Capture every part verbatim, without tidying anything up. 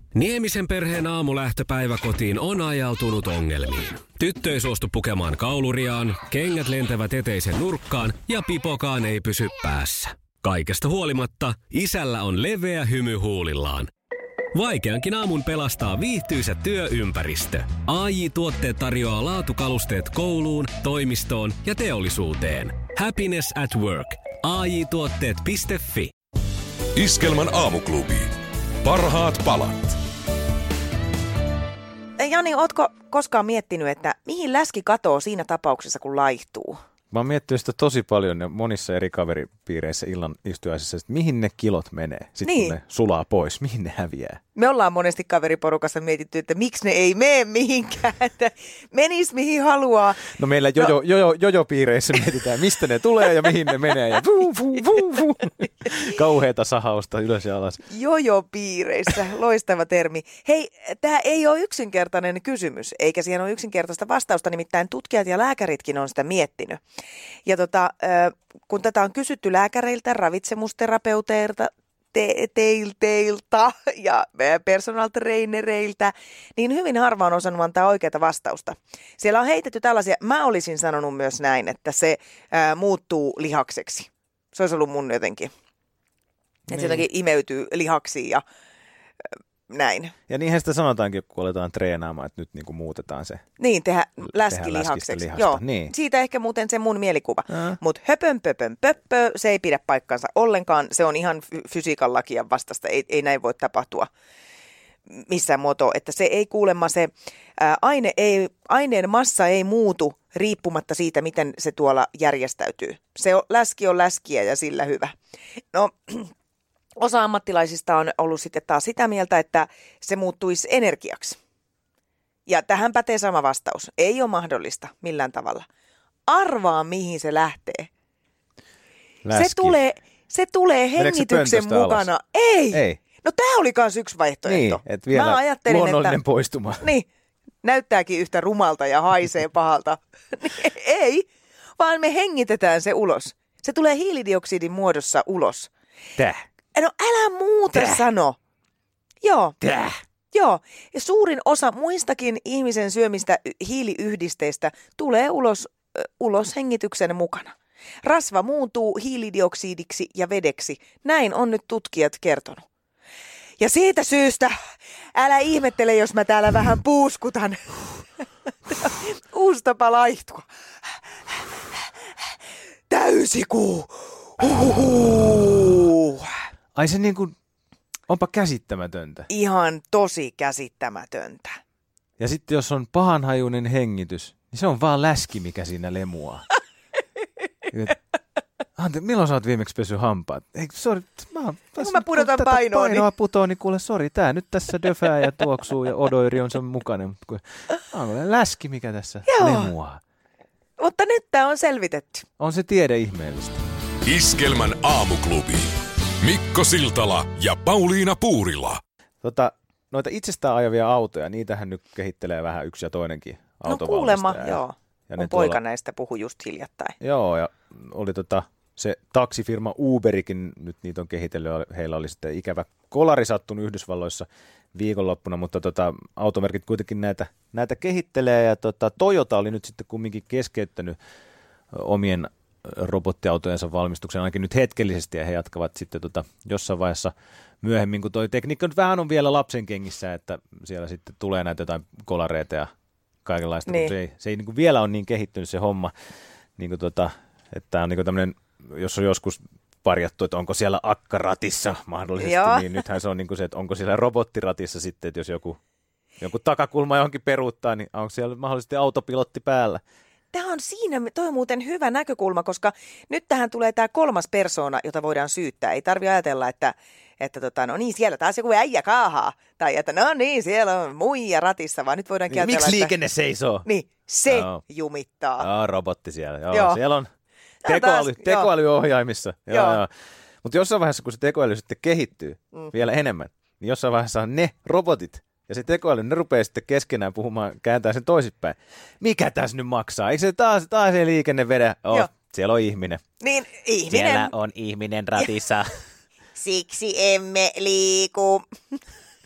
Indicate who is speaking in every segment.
Speaker 1: Niemisen perheen aamulähtöpäivä kotiin on ajautunut ongelmiin. Tyttö ei suostu pukemaan kauluriaan, kengät lentävät eteisen nurkkaan ja pipokaan ei pysy päässä. Kaikesta huolimatta isällä on leveä hymy huulillaan. Vaikeankin aamun pelastaa viihtyisä työympäristö. A J-tuotteet tarjoaa laatukalusteet kouluun, toimistoon ja teollisuuteen. Happiness at work. A J tuotteet piste fi.
Speaker 2: Iskelmän aamuklubi. Parhaat palat.
Speaker 3: Jani, ootko koskaan miettinyt, että mihin läski katoo siinä tapauksessa, kun laihtuu?
Speaker 4: Mä oon miettinyt sitä tosi paljon ja monissa eri kaveripiireissä illan istujaisissa, että mihin ne kilot menee, sitten niin. kun ne sulaa pois, mihin ne häviää.
Speaker 3: Me ollaan monesti kaveriporukassa mietitty, että miksi ne ei mene mihinkään, että menis mihin haluaa.
Speaker 4: No meillä jojo, no. jojo, jojo-piireissä mietitään, mistä ne tulee ja mihin ne menee. Ja vuu, vuu, vuu, vuu. Kauheata sahausta ylös ja alas.
Speaker 3: Jojo-piireissä, loistava termi. Hei, tämä ei ole yksinkertainen kysymys, eikä siihen ole yksinkertaista vastausta, nimittäin tutkijat ja lääkäritkin on sitä miettinyt. Ja tota, kun tätä on kysytty lääkäreiltä, ravitsemusterapeuteilta, te- teiltä ja personal trainereilta, niin hyvin harva on osannut antaa oikeaa vastausta. Siellä on heitetty tällaisia, mä olisin sanonut myös näin, että se ää, muuttuu lihakseksi. Se olisi ollut mun jotenkin, että se jotenkin imeytyy lihaksiin ja näin.
Speaker 4: Ja niinhän sitä sanotaankin, kun aletaan treenaamaan, että nyt niin kuin muutetaan se.
Speaker 3: Niin, tehdä läskilihakseksi. Joo,
Speaker 4: niin.
Speaker 3: Siitä ehkä muuten se mun mielikuva. Mutta höpön pöpön pöppö, se ei pidä paikkansa ollenkaan. Se on ihan f- fysiikan lakien vastasta. Ei, ei näin voi tapahtua missään muotoa. Että se ei kuulemma se ää, aine ei, aineen massa ei muutu riippumatta siitä, miten se tuolla järjestäytyy. Se on, läski on läskiä ja sillä hyvä. No... Osa ammattilaisista on ollut sitten taas sitä mieltä, että se muuttuisi energiaksi. Ja tähän pätee sama vastaus. Ei ole mahdollista millään tavalla. Arvaa, mihin se lähtee.
Speaker 4: Läski.
Speaker 3: Se tulee, se tulee hengityksen mukana. Ei.
Speaker 4: Ei.
Speaker 3: No tämä oli myös yksi vaihtoehto.
Speaker 4: Niin, että vielä
Speaker 3: Mä
Speaker 4: luonnollinen
Speaker 3: että,
Speaker 4: poistuma.
Speaker 3: Niin, näyttääkin yhtä rumalta ja haisee pahalta. Ei, vaan me hengitetään se ulos. Se tulee hiilidioksidin muodossa ulos.
Speaker 4: Täh?
Speaker 3: No älä muuta Täh. sano. Joo.
Speaker 4: Täh.
Speaker 3: Joo. Ja suurin osa muistakin ihmisen syömistä hiiliyhdisteistä tulee ulos, äh, ulos hengityksen mukana. Rasva muuntuu hiilidioksidiksi ja vedeksi. Näin on nyt tutkijat kertonut. Ja siitä syystä älä ihmettele, jos mä täällä vähän puuskutan. Uusi tapa laihtua. Täysikuu. Huhuhu.
Speaker 4: Ai se niin kuin, onpa käsittämätöntä.
Speaker 3: Ihan tosi käsittämätöntä.
Speaker 4: Ja sitten jos on pahanhajuinen hengitys, niin se on vaan läski, mikä siinä lemuaa. Ante, milloin sä oot viimeksi pesy hampaat? Ei, sori, mä oon...
Speaker 3: Kun mä pudotan painoa,
Speaker 4: niin... Painoa putoo, niin kuule, sori, tää nyt tässä döfää ja tuoksuu ja odoiri on sen mukainen. Mutta kun, on läski, mikä tässä Joo. lemuaa.
Speaker 3: Mutta nyt tää on selvitetty.
Speaker 4: On se tiede ihmeellistä.
Speaker 2: Iskelmän aamuklubi. Mikko Siltala ja Pauliina Puurila.
Speaker 4: Tota, noita itsestään ajavia autoja, niitähän nyt kehittelee vähän yksi ja toinenkin autovalmistaja.
Speaker 3: No kuulemma, joo. Ja mun poika tuolla... näistä puhui just hiljattain.
Speaker 4: Joo, ja oli tota, se taksifirma Uberikin, nyt niitä on kehitellyt, heillä oli sitten ikävä kolari sattunut Yhdysvalloissa viikonloppuna, mutta tota, automerkit kuitenkin näitä, näitä kehittelee, ja tota, Toyota oli nyt sitten kumminkin keskeyttänyt omien robottiautojensa valmistuksen ainakin nyt hetkellisesti, ja he jatkavat sitten tota, jossain vaiheessa myöhemmin, kun toi tekniikka nyt vähän on vielä lapsen kengissä, että siellä sitten tulee näitä jotain kolareita ja kaikenlaista, niin. Mutta se ei, se ei niin kuin vielä ole niin kehittynyt se homma, niin kuin tota, että tämä on niin kuin tämmöinen, jos on joskus parjattu, että onko siellä akkaratissa mahdollisesti, Joo. niin nythän se on niin kuin se, että onko siellä robottiratissa sitten, että jos joku, joku takakulma johonkin peruuttaa, niin onko siellä mahdollisesti autopilotti päällä.
Speaker 3: Tämä on siinä, toi on muuten hyvä näkökulma, koska nyt tähän tulee tämä kolmas persoona, jota voidaan syyttää. Ei tarvitse ajatella, että, että tota, no niin, siellä taas joku äijä kaahaa. Tai että no niin, siellä on muija ratissa, vaan nyt voidaan
Speaker 4: niin,
Speaker 3: ajatella,
Speaker 4: miksi liikenne että, seisoo?
Speaker 3: Niin, se no. jumittaa.
Speaker 4: Joo, robotti siellä. Joo, joo. Siellä on tekoäly, tekoälyohjaimissa. Joo. Joo. Mutta jossain vaiheessa, kun se tekoäly sitten kehittyy mm. vielä enemmän, niin jossain vaiheessa ne robotit, ja se tekoäly, ne rupeaa sitten keskenään puhumaan, kääntää sen toisinpäin. Mikä tässä nyt maksaa? Eikö se taas, taas se liikenne vedä? Oh, siellä on ihminen.
Speaker 3: Niin, ihminen.
Speaker 4: Siellä on ihminen ratissa.
Speaker 3: Siksi emme liiku.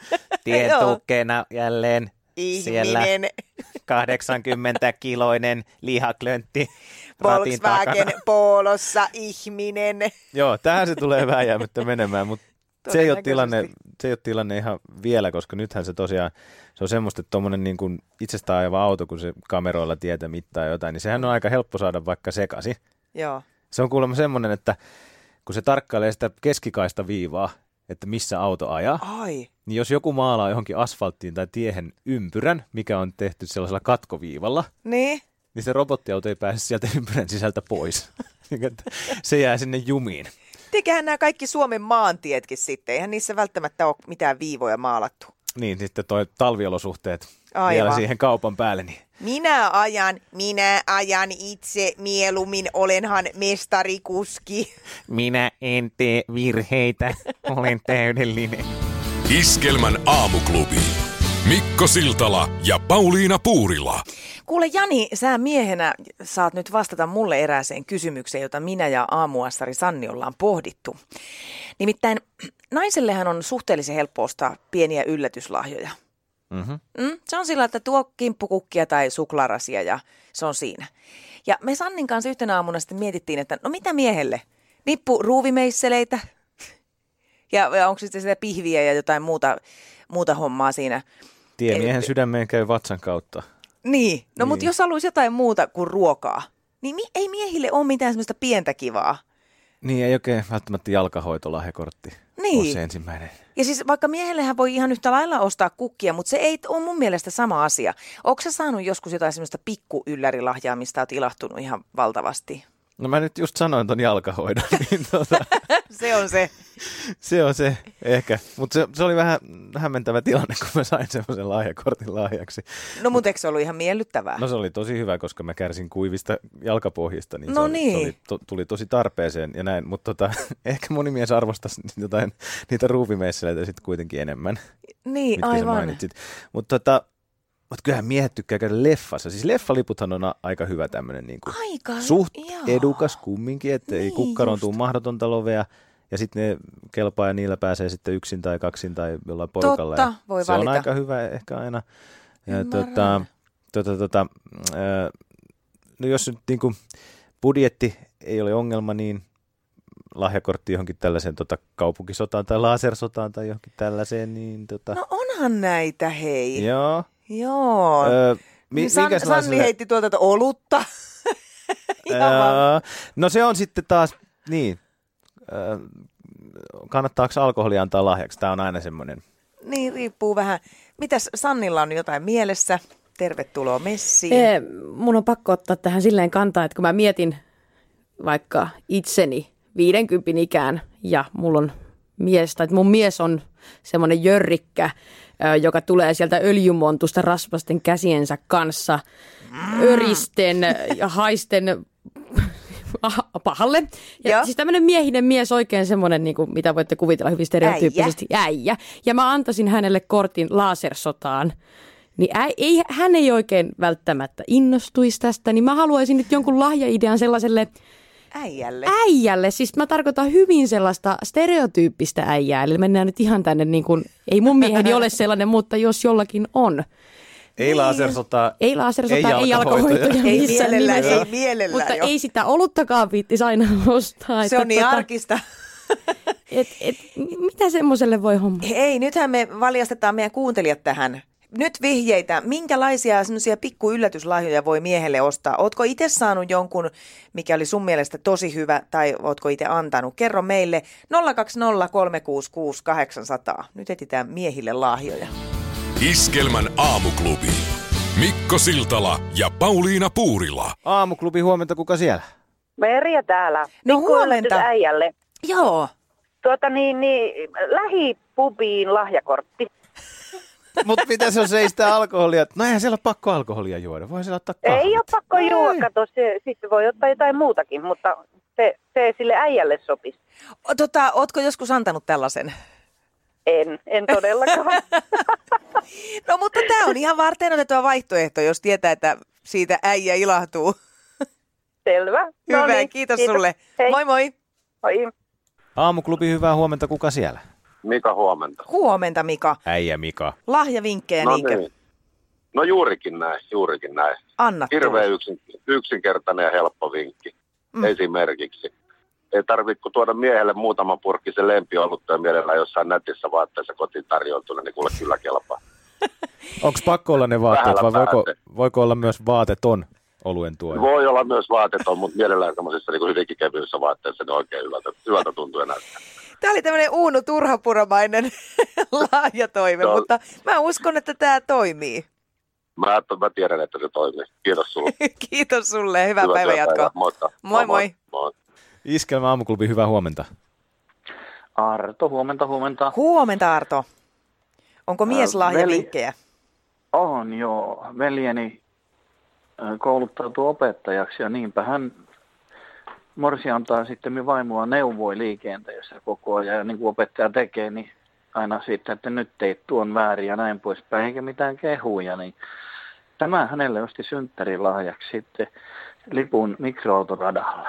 Speaker 4: Tien
Speaker 3: Joo.
Speaker 4: tukkeena jälleen siellä
Speaker 3: Ihminen.
Speaker 4: kahdeksankymmentä-kiloinen lihaklöntti ratin
Speaker 3: Volkswagen
Speaker 4: takana.
Speaker 3: Polossa ihminen.
Speaker 4: Joo, tähän se tulee vääjäämättä menemään, mutta se ei, ole tilanne,
Speaker 3: Todennäköisesti.
Speaker 4: se ei ole tilanne ihan vielä, koska nythän se tosiaan, se on semmoista, että tuommoinen niin kuin itsestään ajava auto, kun se kameroilla tietä mittaa jotain, niin sehän on aika helppo saada vaikka sekasi.
Speaker 3: Joo.
Speaker 4: Se on kuulemma semmoinen, että kun se tarkkailee sitä keskikaista viivaa, että missä auto ajaa,
Speaker 3: Ai.
Speaker 4: niin jos joku maalaa johonkin asfalttiin tai tiehen ympyrän, mikä on tehty sellaisella katkoviivalla,
Speaker 3: Niin?
Speaker 4: niin se robottiauto ei pääse sieltä ympyrän sisältä pois. Se jää sinne jumiin.
Speaker 3: Tekehän nämä kaikki Suomen maantietkin sitten. Eihän niissä välttämättä ole mitään viivoja maalattu.
Speaker 4: Niin, sitten toi talviolosuhteet
Speaker 3: Aivan.
Speaker 4: vielä siihen kaupan päälle. Niin.
Speaker 3: Minä ajan, minä ajan itse mieluummin, olenhan mestarikuski.
Speaker 4: Minä en tee virheitä, olen täydellinen.
Speaker 2: Iskelmän aamuklubi. Mikko Siltala ja Pauliina Puurila.
Speaker 3: Kuule Jani, sä miehenä saat nyt vastata mulle erääseen kysymykseen, jota minä ja aamuassari Sanni ollaan pohdittu. Nimittäin naisellehan on suhteellisen helppo ostaa pieniä yllätyslahjoja.
Speaker 4: Mm-hmm.
Speaker 3: Mm, se on sillä, että tuo kimppukukkia tai suklaarasia ja se on siinä. Ja me Sannin kanssa yhtenä aamuna sitten mietittiin, että no mitä miehelle? Nippu ruuvimeisseleitä ja, ja onko sitten sitä pihviä ja jotain muuta, muuta hommaa siinä.
Speaker 4: Tie miehen sydämeen käy vatsan kautta.
Speaker 3: Niin, no
Speaker 4: Niin.
Speaker 3: mutta jos haluaisi jotain muuta kuin ruokaa, niin mi- ei miehille ole mitään semmoista pientä kivaa.
Speaker 4: Niin, ei oikein välttämättä jalkahoitolahjakortti
Speaker 3: Niin.
Speaker 4: ole se ensimmäinen.
Speaker 3: Ja siis vaikka miehellehän voi ihan yhtä lailla ostaa kukkia, mutta se ei ole mun mielestä sama asia. Ootko sä saanut joskus jotain semmoista pikku-yllärilahjaa, mistä oot ilahtunut ihan valtavasti?
Speaker 4: No mä nyt just sanoin ton jalkahoidon, niin tota,
Speaker 3: Se on se.
Speaker 4: se on se ehkä. Mutta se, se oli vähän hämmentävä tilanne, kun mä sain semmoisen lahjakortin lahjaksi.
Speaker 3: No mutta eikö se ollut ihan miellyttävää?
Speaker 4: No se oli tosi hyvä, koska mä kärsin kuivista jalkapohjista, niin,
Speaker 3: No
Speaker 4: se, oli,
Speaker 3: niin.
Speaker 4: se oli, to, tuli tosi tarpeeseen ja näin. Mutta tota, ehkä moni mies arvostaisi jotain, niitä ruuvimeisseleitä sitten kuitenkin enemmän,
Speaker 3: Niin,
Speaker 4: mitkä sä
Speaker 3: aivan.
Speaker 4: mainitsit. Mutta tota, mut kyllähän miehet tykkää käydä leffassa. Siis leffaliputhan on a- aika hyvä tämmöinen niin kuin
Speaker 3: Aika,
Speaker 4: suht
Speaker 3: joo.
Speaker 4: edukas kumminkin, että ei
Speaker 3: Niin
Speaker 4: kukkaroon
Speaker 3: just.
Speaker 4: tuu mahdotonta lovea. Ja sitten ne kelpaa ja niillä pääsee sitten yksin tai kaksin tai jollain porukalla.
Speaker 3: Totta,
Speaker 4: ja
Speaker 3: voi
Speaker 4: se
Speaker 3: valita.
Speaker 4: on aika hyvä ehkä aina. Ja
Speaker 3: Ymmärrän.
Speaker 4: tota, tota, tota, ää, no jos nyt niin kuin budjetti ei ole ongelma, niin lahjakortti johonkin tällaiseen tota, kaupunkisotaan tai lasersotaan tai johonkin tällaiseen. Niin, tota,
Speaker 3: No onhan näitä, hei.
Speaker 4: joo.
Speaker 3: Joo.
Speaker 4: Öö, mi-
Speaker 3: Niin San,
Speaker 4: minkäslaiselle-
Speaker 3: Sanni heitti tuolta että olutta. Ihan vaan.
Speaker 4: Öö, no se on sitten taas, niin, öö, kannattaako alkoholia antaa lahjaksi? Tämä on aina semmoinen.
Speaker 3: Niin, riippuu vähän. Mitäs Sannilla on jotain mielessä? Tervetuloa messiin.
Speaker 5: Ee, mun on pakko ottaa tähän silleen kantaa, että kun mä mietin vaikka itseni viidenkympin ikään ja mulla on mies, tai että mun mies on semmoinen jörrikkä, ö, joka tulee sieltä öljymontusta rasvasten käsiensä kanssa mm. öristen ja haisten pahalle. Ja
Speaker 3: Joo.
Speaker 5: siis tämmöinen miehinen mies, oikein semmoinen, niin kuin, mitä voitte kuvitella hyvin stereotyyppisesti, äijä. äijä. Ja mä antaisin hänelle kortin lasersotaan. Niin ä, ei, hän ei oikein välttämättä innostuisi tästä, niin mä haluaisin nyt jonkun lahjaidean sellaiselle
Speaker 3: Äijälle.
Speaker 5: äijälle. Siis mä tarkoitan hyvin sellaista stereotyyppistä äijää, eli mennään nyt ihan tänne niin kuin, ei mun mieheni ole sellainen, mutta jos jollakin on.
Speaker 4: Ei lasersotaa,
Speaker 5: Ei lasersotaa, ei
Speaker 4: jalkahoitoja.
Speaker 5: jalkahoitoja
Speaker 3: Ei
Speaker 5: missään
Speaker 3: mielellään,
Speaker 5: nimessä.
Speaker 3: ei mielellään
Speaker 5: Mutta
Speaker 3: jo.
Speaker 5: ei sitä oluttakaan viittisi aina ostaa.
Speaker 3: Se
Speaker 5: että
Speaker 3: on niin
Speaker 5: tota,
Speaker 3: arkista.
Speaker 5: Et, et, mitä semmoiselle voi homma?
Speaker 3: Ei, nythän me valjastetaan meidän kuuntelijat tähän. Nyt vihjeitä. Minkälaisia semmoisia pikku yllätyslahjoja voi miehelle ostaa? Ootko itse saanut jonkun, mikä oli sun mielestä tosi hyvä, tai ootko itse antanut? Kerro meille nolla kaksi nolla kolme kuusi kuusi kahdeksan nolla nolla. Nyt etsitään miehille lahjoja.
Speaker 2: Iskelmän aamuklubi. Mikko Siltala ja Pauliina Puurila.
Speaker 4: Aamuklubi, huomenta, kuka siellä?
Speaker 6: Merja täällä.
Speaker 3: No
Speaker 6: Pikku
Speaker 3: huomenta.
Speaker 6: yllätys äijälle.
Speaker 3: Joo.
Speaker 6: Tuota niin, niin lähipubiin lahjakortti.
Speaker 4: Mutta mitä se on, se ei sitä alkoholia? No eihän siellä ole pakko alkoholia juoda, voi siellä ottaa kahvit.
Speaker 6: Ei ole pakko juoda, kato, se, sitten voi ottaa jotain muutakin, mutta se, se sille äijälle sopisi.
Speaker 3: O, Tota, ootko joskus antanut tällaisen?
Speaker 6: En, en todellakaan.
Speaker 3: No mutta tämä on ihan varten otettava vaihtoehto, jos tietää, että siitä äijä ilahtuu.
Speaker 6: Selvä.
Speaker 3: Hyvä,
Speaker 6: No niin,
Speaker 3: kiitos, kiitos sulle.
Speaker 6: Hei.
Speaker 3: Moi moi.
Speaker 6: Moi.
Speaker 4: Aamuklubi, hyvää huomenta, kuka siellä?
Speaker 7: Mika, huomenta.
Speaker 3: Huomenta, Mika.
Speaker 4: Äijä Mika.
Speaker 3: Lahjavinkkejä,
Speaker 7: No
Speaker 3: niinkö?
Speaker 7: niin. No juurikin näin, juurikin näin.
Speaker 3: Anna
Speaker 7: Hirveän
Speaker 3: tulla.
Speaker 7: yksin, yksinkertainen ja helppo vinkki.
Speaker 3: Mm.
Speaker 7: Esimerkiksi. Ei tarvitse kun tuoda miehelle muutaman purkkisen lempiolutta ja mielellään jossain nätissä vaatteessa kotiin tarjoltuna, niin kuule kyllä kelpaa.
Speaker 4: Onko pakko olla ne vaatteet vai
Speaker 7: Vähällä
Speaker 4: voiko,
Speaker 7: pääse.
Speaker 4: voiko olla myös vaateton oluen tuoja?
Speaker 7: Voi olla myös vaateton, mutta mielellään semmoisissa niin hyvinkin kevyissä vaatteissa, niin oikein hyvältä, hyvältä tuntuu ja näyttää.
Speaker 3: Tämä oli tämmöinen Uuno Turhapuramainen lahjatoime,
Speaker 7: Joo.
Speaker 3: mutta mä uskon, että tämä toimii.
Speaker 7: Mä, mä tiedän, että se toimii. Kiitos sulle.
Speaker 3: Kiitos sulle, hyvää
Speaker 7: Hyvää
Speaker 3: päivänjatkoa.
Speaker 7: työpäivää. Moikka.
Speaker 3: Moi moi.
Speaker 7: moi.
Speaker 4: Iskelmä Aamuklubi, hyvää huomenta.
Speaker 8: Arto, huomenta, huomenta.
Speaker 3: Huomenta, Arto. Onko mies
Speaker 8: Ää,
Speaker 3: lahjavinkkejä?
Speaker 8: On joo. Veljeni ö, kouluttautuu opettajaksi ja niinpä hän morsi antaa sitten minun vaimoa neuvoi liikenteessä koko ajan. Ja niin kuin opettaja tekee, niin aina sitten, että nyt teit tuon väärin ja näin poispäin, eikä mitään kehuja. Niin tämä hänelle osti synttärin lahjaksi sitten lipun mikroautoradalle.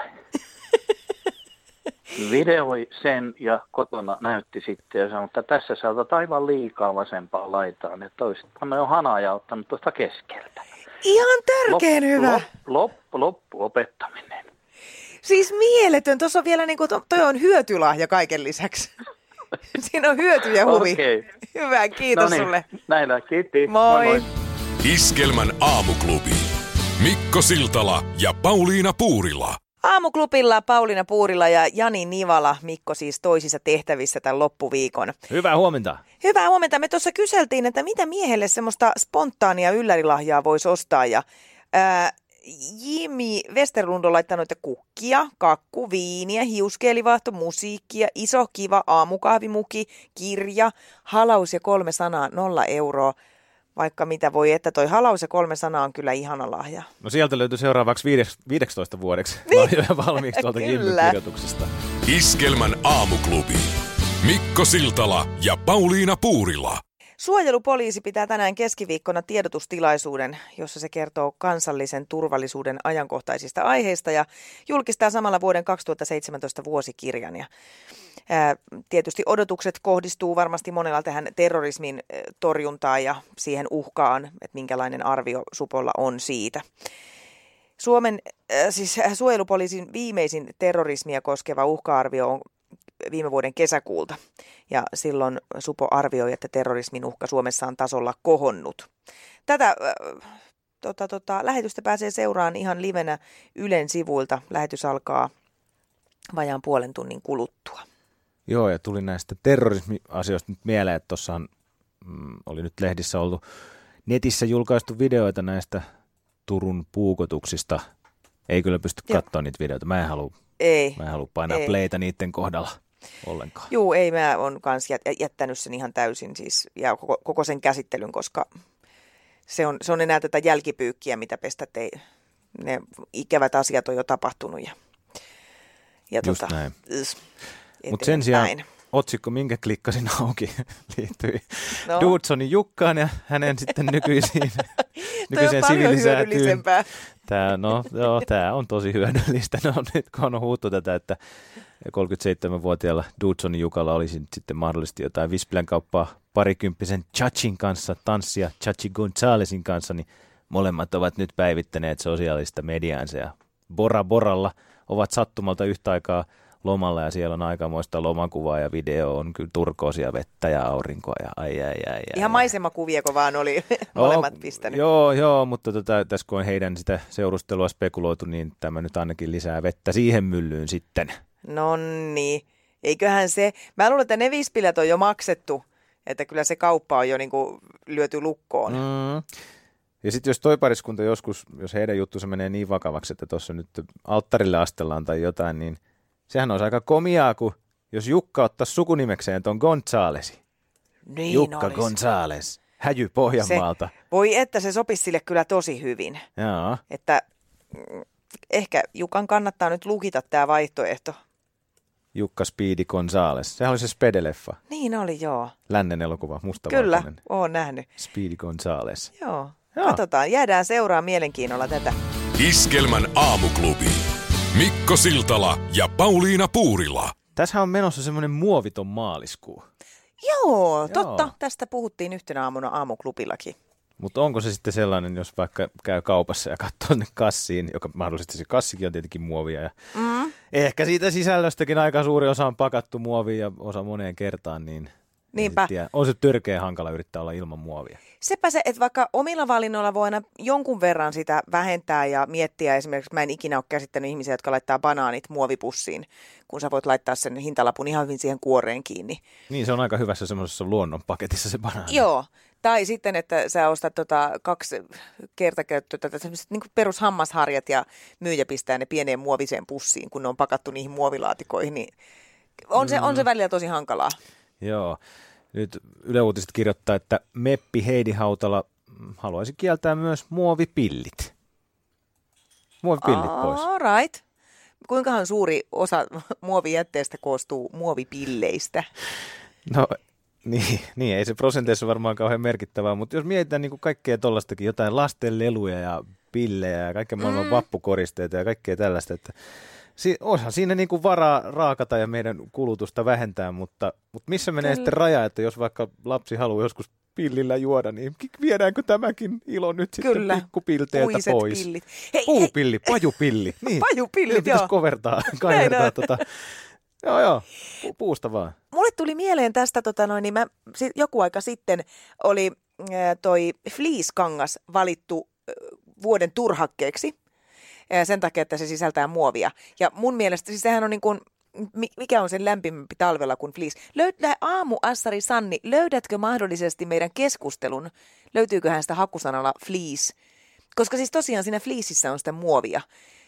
Speaker 8: Videoi sen ja kotona näytti sitten ja sanoi, että tässä saatat aivan liikaa vasempaan laitaan. Ja toiset on jo hanaa ja ottanut tuosta keskeltä.
Speaker 3: Ihan törkeen
Speaker 8: Lop-
Speaker 3: hyvä.
Speaker 8: Loppu, loppu, loppu opettaminen.
Speaker 3: Siis mieletön. Tuossa on vielä niin kuin, toi on hyötylahja kaiken lisäksi. Siinä on hyöty ja huvi.
Speaker 8: Okei.
Speaker 3: Hyvä, kiitos
Speaker 8: No niin,
Speaker 3: sulle.
Speaker 8: näillä, kiitti.
Speaker 3: Moi.
Speaker 8: moi.
Speaker 2: Iskelmän aamuklubi. Mikko Siltala ja Pauliina Puurila.
Speaker 3: Aamuklubilla Pauliina Puurila ja Jani Nivala, Mikko siis toisissa tehtävissä tämän loppuviikon.
Speaker 4: Hyvää huomenta.
Speaker 3: Hyvää huomenta. Me tuossa kyseltiin, että mitä miehelle semmoista spontaania yllärilahjaa voisi ostaa. Ja, ää, Jimi Westerlund on laittanut, että kukkia, kakku, viiniä, hiuskeelivahto, musiikkia, iso kiva aamukahvimuki, kirja, halaus ja kolme sanaa, nolla euroa. Vaikka mitä voi, että toi halaus ja kolme sanaa on kyllä ihana lahja.
Speaker 4: No sieltä löytyy seuraavaksi viides, viidestoista vuodeksi lahjoja valmiiksi tuolta Jimin
Speaker 3: Kyllä.
Speaker 2: kirjoituksesta. Iskelmän aamuklubi. Mikko Siltala ja Pauliina Puurila.
Speaker 3: Suojelupoliisi pitää tänään keskiviikkona tiedotustilaisuuden, jossa se kertoo kansallisen turvallisuuden ajankohtaisista aiheista ja julkistaa samalla vuoden kaksituhattaseitsemäntoista vuosikirjan. Ja, ää, tietysti odotukset kohdistuu varmasti monella tähän terrorismin ä, torjuntaan ja siihen uhkaan, että minkälainen arvio Supolla on siitä. Suomen, äh, siis suojelupoliisin viimeisin terrorismia koskeva uhka-arvio on viime vuoden kesäkuulta. Ja silloin Supo arvioi, että terrorismin uhka Suomessa on tasolla kohonnut. Tätä äh, tota, tota, lähetystä pääsee seuraamaan ihan livenä Ylen sivuilta. Lähetys alkaa vajaan puolen tunnin kuluttua.
Speaker 4: Joo, ja tuli näistä terrorismiasioista nyt mieleen, että tuossahan mm, oli nyt lehdissä ollut netissä julkaistu videoita näistä Turun puukotuksista. Ei kyllä pysty katsoa niitä videoita. Mä en halua,
Speaker 3: Ei.
Speaker 4: mä en halua painaa
Speaker 3: Ei.
Speaker 4: playtä niiden kohdalla ollenkaan.
Speaker 3: Juu, ei, mä oon kans jät- jättänyt sen ihan täysin siis, ja koko, koko sen käsittelyn, koska se on, se on enää tätä jälkipyykkiä, mitä pestät ei. Ne ikävät asiat on jo tapahtunut. Ja, ja
Speaker 4: Just
Speaker 3: tota,
Speaker 4: näin.
Speaker 3: Ys,
Speaker 4: Mutta sen sijaan
Speaker 3: eteenpäin.
Speaker 4: otsikko, minkä klikkasin auki, liittyi
Speaker 3: No.
Speaker 4: Dudsonin Jukkaan ja hänen sitten nykyisiin,
Speaker 3: Toi on
Speaker 4: nykyiseen
Speaker 3: paljon
Speaker 4: siviilisäätyyn.
Speaker 3: hyödyllisempää.
Speaker 4: Tämä, no, joo, tämä on tosi hyödyllistä. No, nyt kun on huuttu tätä, että kolmekymmentäseitsemänvuotiaalla Dudsonin Jukalla olisi sitten mahdollisesti jotain Vispilän kauppaa parikymppisen Chachin kanssa, tanssia Chachi Gonzalesin kanssa, niin molemmat ovat nyt päivittäneet sosiaalista mediaansa ja Bora Boralla ovat sattumalta yhtä aikaa lomalla ja siellä on aikamoista lomakuvaa ja video on kyllä turkoosia vettä ja aurinkoa ja ai ai ai. ai
Speaker 3: Ihan
Speaker 4: ai.
Speaker 3: maisemakuvia, kun vaan oli molemmat pistänyt.
Speaker 4: Joo, joo, mutta tota, tässä kun on heidän sitä seurustelua spekuloitu, niin tämä nyt ainakin lisää vettä siihen myllyyn sitten.
Speaker 3: No niin, eiköhän se, mä luulen, että ne vispilät on jo maksettu, että kyllä se kauppa on jo niin kuin lyöty lukkoon.
Speaker 4: Mm. Ja sitten jos toi pariskunta joskus, jos heidän juttuunsa menee niin vakavaksi, että tuossa nyt alttarille astellaan tai jotain, niin sehän olisi aika komiaa, kun jos Jukka ottaisi sukunimekseen ton Gonzalesi.
Speaker 3: Niin
Speaker 4: Jukka
Speaker 3: olisi.
Speaker 4: Gonzales, häjy Pohjanmaalta.
Speaker 3: Se, voi että se sopisi sille kyllä tosi hyvin.
Speaker 4: Joo.
Speaker 3: Että mm, ehkä Jukan kannattaa nyt lukita tämä vaihtoehto.
Speaker 4: Jukka Speedy Gonzales. Sehän oli se Spede-leffa.
Speaker 3: Niin oli, joo.
Speaker 4: Lännen elokuva, musta
Speaker 3: Kyllä, oon nähnyt.
Speaker 4: Speedy Gonzales.
Speaker 3: Joo.
Speaker 4: Joo.
Speaker 3: Katsotaan, jäädään seuraa mielenkiinnolla tätä.
Speaker 2: Iskelmän aamuklubi. Mikko Siltala ja Pauliina Puurila.
Speaker 4: Tässähän on menossa semmoinen muoviton maaliskuu.
Speaker 3: Joo, totta. Joo. Tästä puhuttiin yhtenä aamuna aamuklubillakin.
Speaker 4: Mutta onko se sitten sellainen, jos vaikka käy kaupassa ja katsoo ne kassiin, joka mahdollisesti se kassikin on tietenkin muovia. Ja mm. ehkä siitä sisällöstäkin aika suuri osa on pakattu muovia ja osa moneen kertaan, niin
Speaker 3: Niinpä.
Speaker 4: on se törkeä hankala yrittää olla ilman muovia.
Speaker 3: Sepä se, että vaikka omilla valinnoilla voi aina jonkun verran sitä vähentää ja miettiä. Esimerkiksi mä en ikinä ole käsittänyt ihmisiä, jotka laittaa banaanit muovipussiin, kun sä voit laittaa sen hintalapun ihan hyvin siihen kuoreen kiinni.
Speaker 4: Niin, se on aika hyvässä semmoisessa luonnonpaketissa se banaani.
Speaker 3: Joo. Tai sitten, että sä ostat tota kaksi kertakäyttöä, tätä sellaiset niin kuin perushammasharjat ja myyjä pistää ne pieneen muoviseen pussiin, kun ne on pakattu niihin muovilaatikoihin, niin on se, mm. on se välillä tosi hankalaa.
Speaker 4: Joo. Nyt Yle Uutiset kirjoittaa, että meppi Heidi Hautala haluaisi kieltää myös muovipillit. Muovipillit pois.
Speaker 3: All right. Kuinkahan suuri osa muovijätteestä koostuu muovipilleistä?
Speaker 4: No niin, niin, ei se prosenteissa varmaan kauhean merkittävää, mutta jos mietitään niin kuin kaikkea tollastakin, jotain lastenleluja ja pillejä ja kaikkea maailman mm. vappukoristeita ja kaikkea tällaista, että si- onhan siinä niin kuin varaa raakata ja meidän kulutusta vähentää, mutta, mutta missä menee Kyllä. sitten raja, että jos vaikka lapsi haluaa joskus pillillä juoda, niin viedäänkö tämäkin ilo nyt sitten Kyllä. pikkupilteeltä Puiset pois? Pillit. Hei, Puupilli, hei. pajupilli. Niin,
Speaker 3: pajupillit,
Speaker 4: pitäisi joo. kovertaa, kaivertaa tota. Joo, joo, Pu- puusta vaan.
Speaker 3: Mulle tuli mieleen tästä, tota noin, niin mä, sit, joku aika sitten oli ää, toi fleece-kangas valittu ää, vuoden turhakkeeksi ää, sen takia, että se sisältää muovia. Ja mun mielestä siis sehän on niin kuin, mikä on sen lämpimämpi talvella kuin fleece. Löytää aamuassari Sanni, löydätkö mahdollisesti meidän keskustelun? Löytyyköhän sitä hakusanalla fleece? Koska siis tosiaan siinä fleeceissä on sitä muovia.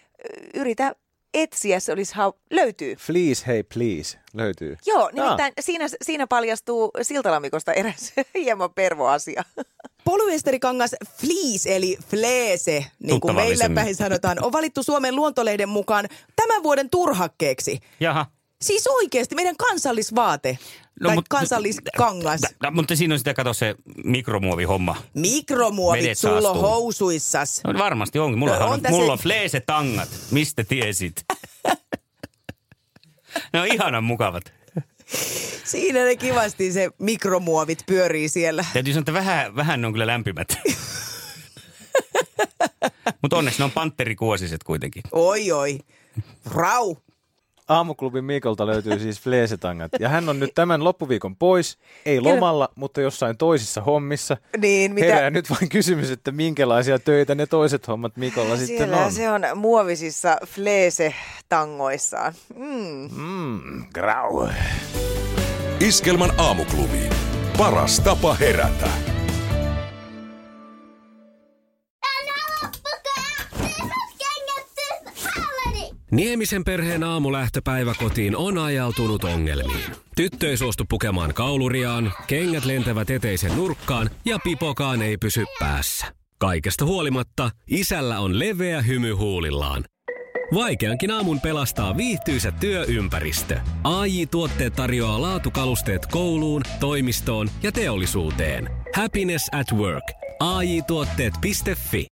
Speaker 3: Yritä etsiä, se olisi hau... löytyy.
Speaker 4: Fleece, hey please, löytyy.
Speaker 3: Joo, nimittäin ah. siinä, siinä paljastuu Siltalamikosta eräs hieman pervoasia.
Speaker 9: Polyesterikangas fleece eli fleece, niin kuin meillä päin sanotaan, on valittu Suomen Luontolehden mukaan tämän vuoden turhakkeeksi. Jaha. Siis oikeasti meidän kansallisvaate. No, tai mut, kansalliskangas.
Speaker 10: D- d- mutta siinä on sitä, kato se mikromuovihomma.
Speaker 9: Mikromuovit sulla on housuissas.
Speaker 10: No, varmasti onkin. Mulla no, on, on, mulla on fleesetangat. Mistä tiesit? Ne on ihanan mukavat.
Speaker 9: Siinä ne kivasti se mikromuovit pyörii siellä.
Speaker 10: Täytyy sanoa, että vähän, vähän ne on kyllä lämpimät. Mutta onneksi ne on pantterikuosiset kuitenkin.
Speaker 9: Oi oi. Rau.
Speaker 4: Aamuklubin Mikolta löytyy siis fleesetangat. Ja hän on nyt tämän loppuviikon pois, ei lomalla, mutta jossain toisissa hommissa.
Speaker 3: Niin, mitä?
Speaker 4: Herää nyt vain kysymys, että minkälaisia töitä ne toiset hommat Mikolla
Speaker 3: Siellä
Speaker 4: sitten on.
Speaker 3: Se on muovisissa fleesetangoissaan. Mm.
Speaker 4: Mm, grau.
Speaker 2: Iskelmän aamuklubi. Paras tapa herätä.
Speaker 1: Niemisen perheen aamulähtöpäivä kotiin on ajautunut ongelmiin. Tyttö ei suostu pukemaan kauluriaan, kengät lentävät eteisen nurkkaan ja pipokaan ei pysy päässä. Kaikesta huolimatta isällä on leveä hymy huulillaan. Vaikeankin aamun pelastaa viihtyisä työympäristö. A J-tuotteet tarjoaa laatukalusteet kouluun, toimistoon ja teollisuuteen. Happiness at work. A J tuotteet piste fi